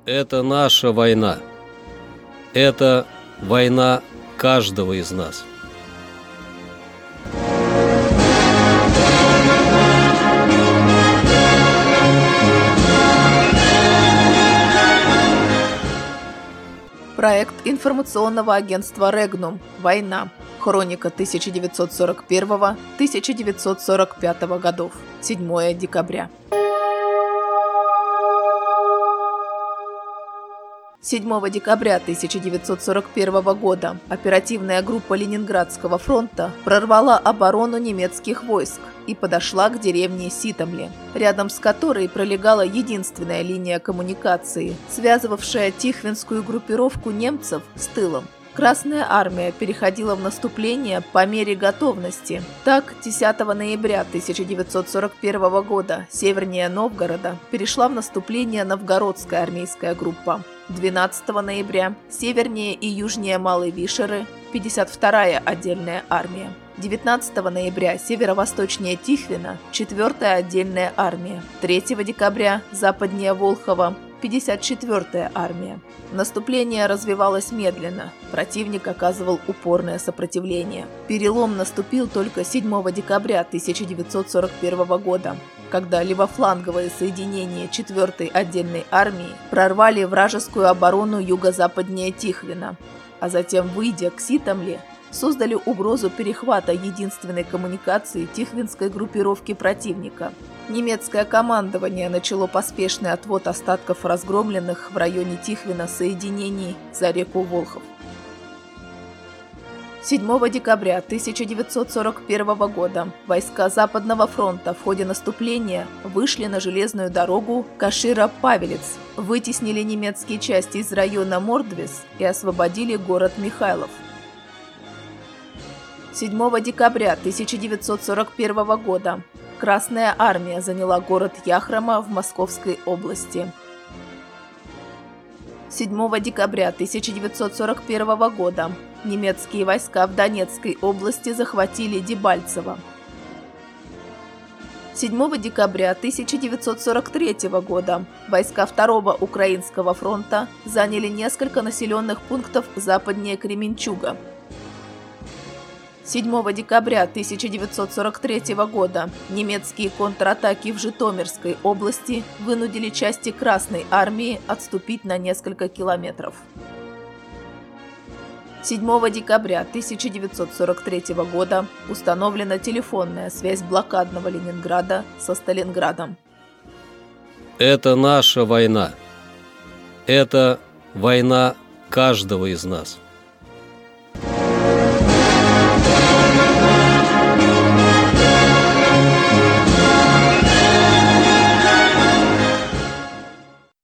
Это наша война. Это война каждого из нас. Проект информационного агентства «Регнум. Война. Хроника 1941-1945 годов. 7 декабря. 7 декабря 1941 года оперативная группа Ленинградского фронта прорвала оборону немецких войск и подошла к деревне Ситомли, рядом с которой пролегала единственная линия коммуникации, связывавшая Тихвинскую группировку немцев с тылом. Красная армия переходила в наступление по мере готовности. Так, 10 ноября 1941 года севернее Новгорода перешла в наступление новгородская армейская группа. 12 ноября севернее и южнее Малой Вишеры 52-я отдельная армия. 19 ноября северо-восточнее Тихвина 4-я отдельная армия. 3 декабря западнее Волхова 54-я армия. Наступление развивалось медленно, противник оказывал упорное сопротивление. Перелом наступил только 7 декабря 1941 года, когда левофланговые соединения 4-й отдельной армии прорвали вражескую оборону юго-западнее Тихвина, а затем, выйдя к Ситомли, создали угрозу перехвата единственной коммуникации тихвинской группировки противника. Немецкое командование начало поспешный отвод остатков разгромленных в районе Тихвина соединений за реку Волхов. 7 декабря 1941 года войска Западного фронта в ходе наступления вышли на железную дорогу Кашира-Павелец, вытеснили немецкие части из района Мордвис и освободили город Михайлов. 7 декабря 1941 года Красная армия заняла город Яхрома в Московской области. 7 декабря 1941 года немецкие войска в Донецкой области захватили Дебальцево. 7 декабря 1943 года войска 2-го Украинского фронта заняли несколько населенных пунктов западнее Кременчуга. 7 декабря 1943 года немецкие контратаки в Житомирской области вынудили части Красной армии отступить на несколько километров. 7 декабря 1943 года установлена телефонная связь блокадного Ленинграда со Сталинградом. Это наша война. Это война каждого из нас.